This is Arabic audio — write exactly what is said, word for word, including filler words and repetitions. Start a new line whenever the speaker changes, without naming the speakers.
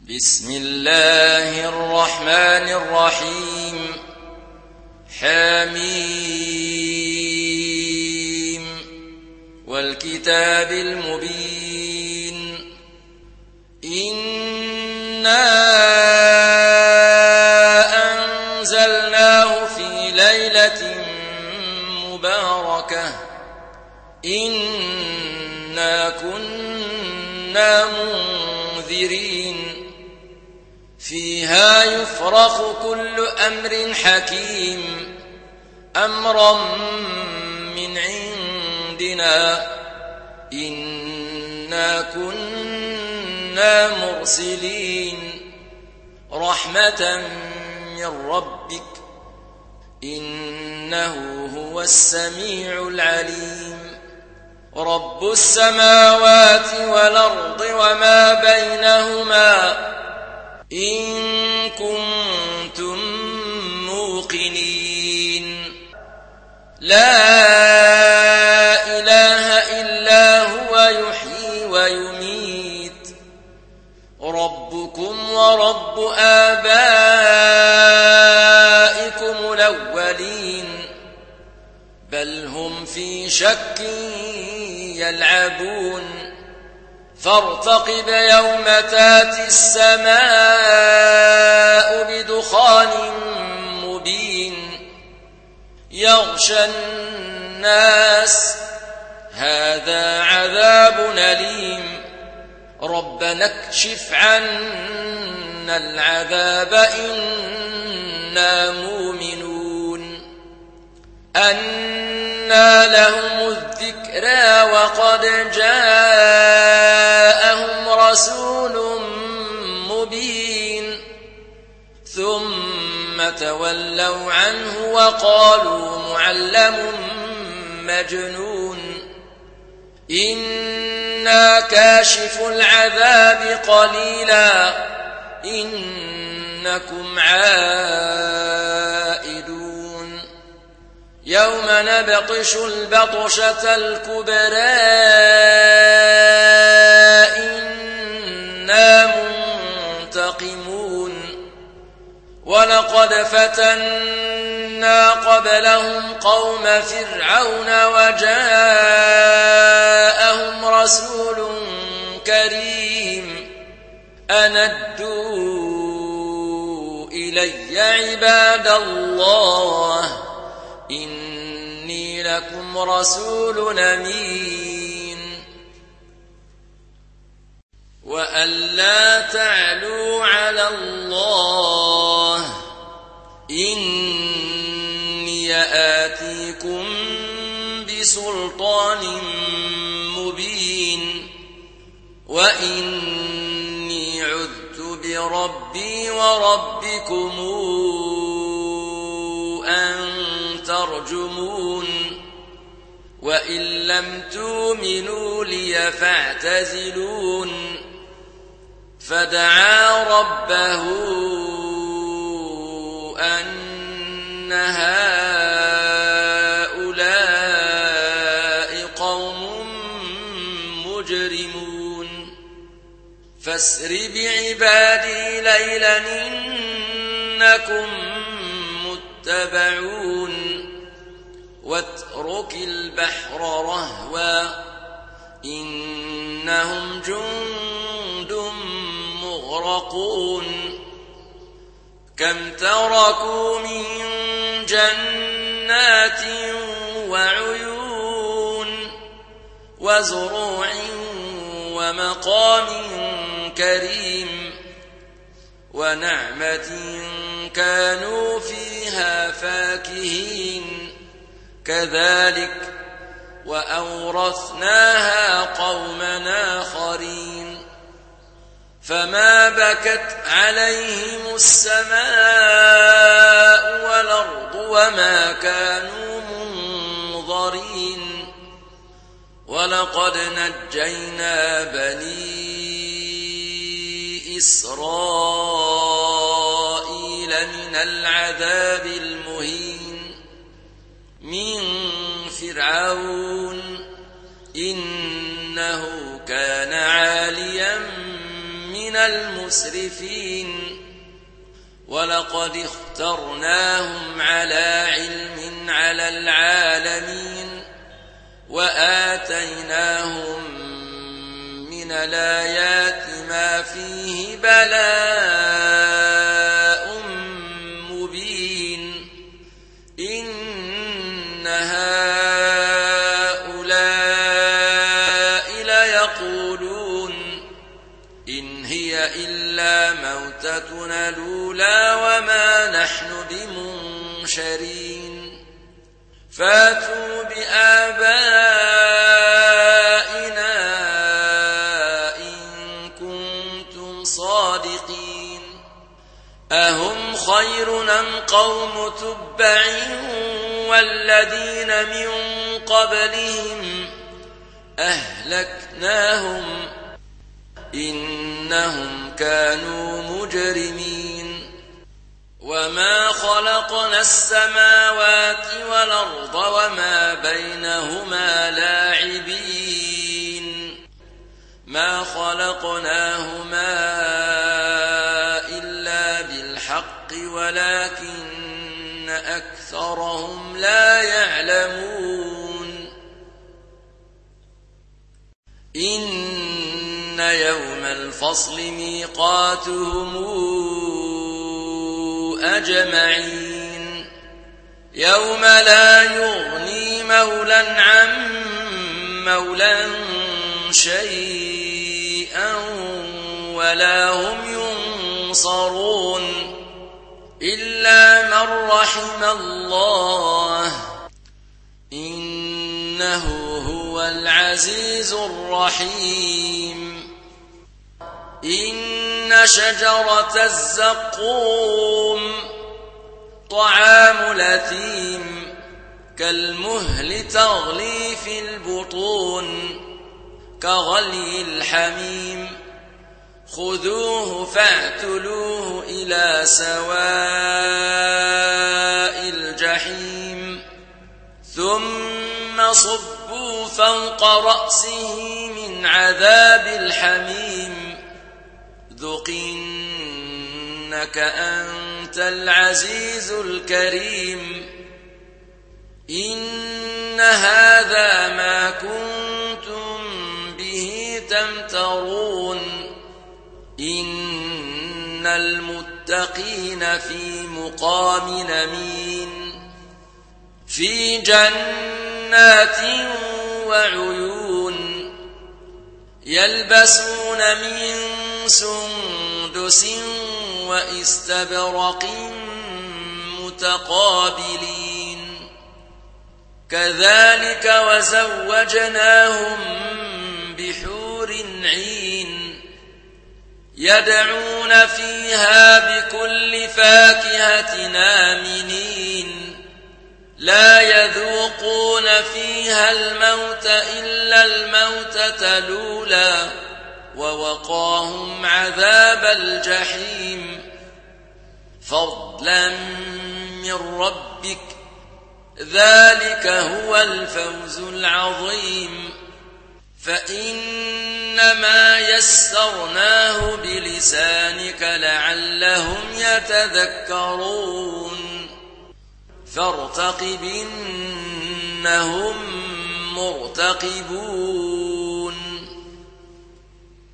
بسم الله الرحمن الرحيم حميم والكتاب المبين إنا أنزلناه في ليلة مباركة إنا كنا منذرين فيها يفرق كل أمر حكيم أمرا من عندنا إنا كنا مرسلين رحمة من ربك إنه هو السميع العليم رب السماوات والأرض وما بينهما إن كنتم موقنين لا إله إلا هو يحيي ويميت ربكم ورب آبائكم الأولين بل هم في شك يلعبون فارتقب يوم تاتي السماء بدخان مبين يغشى الناس هذا عذاب أليم ربنا اكشف عنا العذاب إنا مؤمنون أنى لهم الذكرى وقد جاءهم رسول مبين ثم تولوا عنه وقالوا معلم مجنون إنا كاشف العذاب قليلا إنكم عائدون يوم نبطش البطشة الكبرى إنا منتقمون ولقد فتنا قبلهم قوم فرعون وجاءهم رسول كريم أن ادوا إلي عباد الله إني لكم رسول أمين وأن لا تعلوا على الله إني آتيكم بسلطان مبين وإني عذت بربي وربكم أن ترجمون وإن لم تؤمنوا لي فاعتزلون فدعا ربه أن هؤلاء قوم مجرمون فاسر بعبادي ليلا إنكم متبعون واترك البحر رهوا إنهم جند مغرقون كم تركوا من جنات وعيون وزروع ومقام كريم ونعمة كانوا فيها فاكهين كذلك وأورثناها قوما آخرين فما بكت عليهم السماء والأرض وما كانوا منظرين ولقد نجينا بني إسرائيل من العذاب المهين من فرعون إنه كان عاليا من المسلمين المسرفين ولقد اخترناهم على علم على العالمين وآتيناهم من الآيات ما فيه بلاء مبين إن هؤلاء ليقولون إن هي إلا موتتنا الأولى وما نحن بمنشرين فاتوا بآبائنا إن كنتم صادقين أهم خير أم قوم تبع والذين من قبلهم أهلكناهم إنهم كانوا مجرمين وما خلقنا السماوات والأرض وما بينهما لاعبين ما خلقناهما إلا بالحق ولكن أكثرهم لا يعلمون إن يوم الفصل ميقاتهم أجمعين يوم لا يغني مولى عن مولى شيئا ولا هم ينصرون إلا من رحم الله إنه هو العزيز الرحيم إن شجرة الزقوم طعام الأثيم كالمهل تغلي في البطون كغلي الحميم خذوه فاعتلوه إلى سواء الجحيم ثم صبوا فوق رأسه من عذاب الحميم ذق إنك أنت العزيز الكريم إن هذا ما كنتم به تمترون إن المتقين في مقام أمين في جنات وعيون يلبسون من سندس واستبرق متقابلين كذلك وزوجناهم بحور عين يدعون فيها بكل فاكهة آمنين لا يذوقون فيها الموت إلا الموتة الأولى ووقاهم عذاب الجحيم فضلا من ربك ذلك هو الفوز العظيم فإنما يسرناه بلسانك لعلهم يتذكرون فارتقب إنهم مرتقبون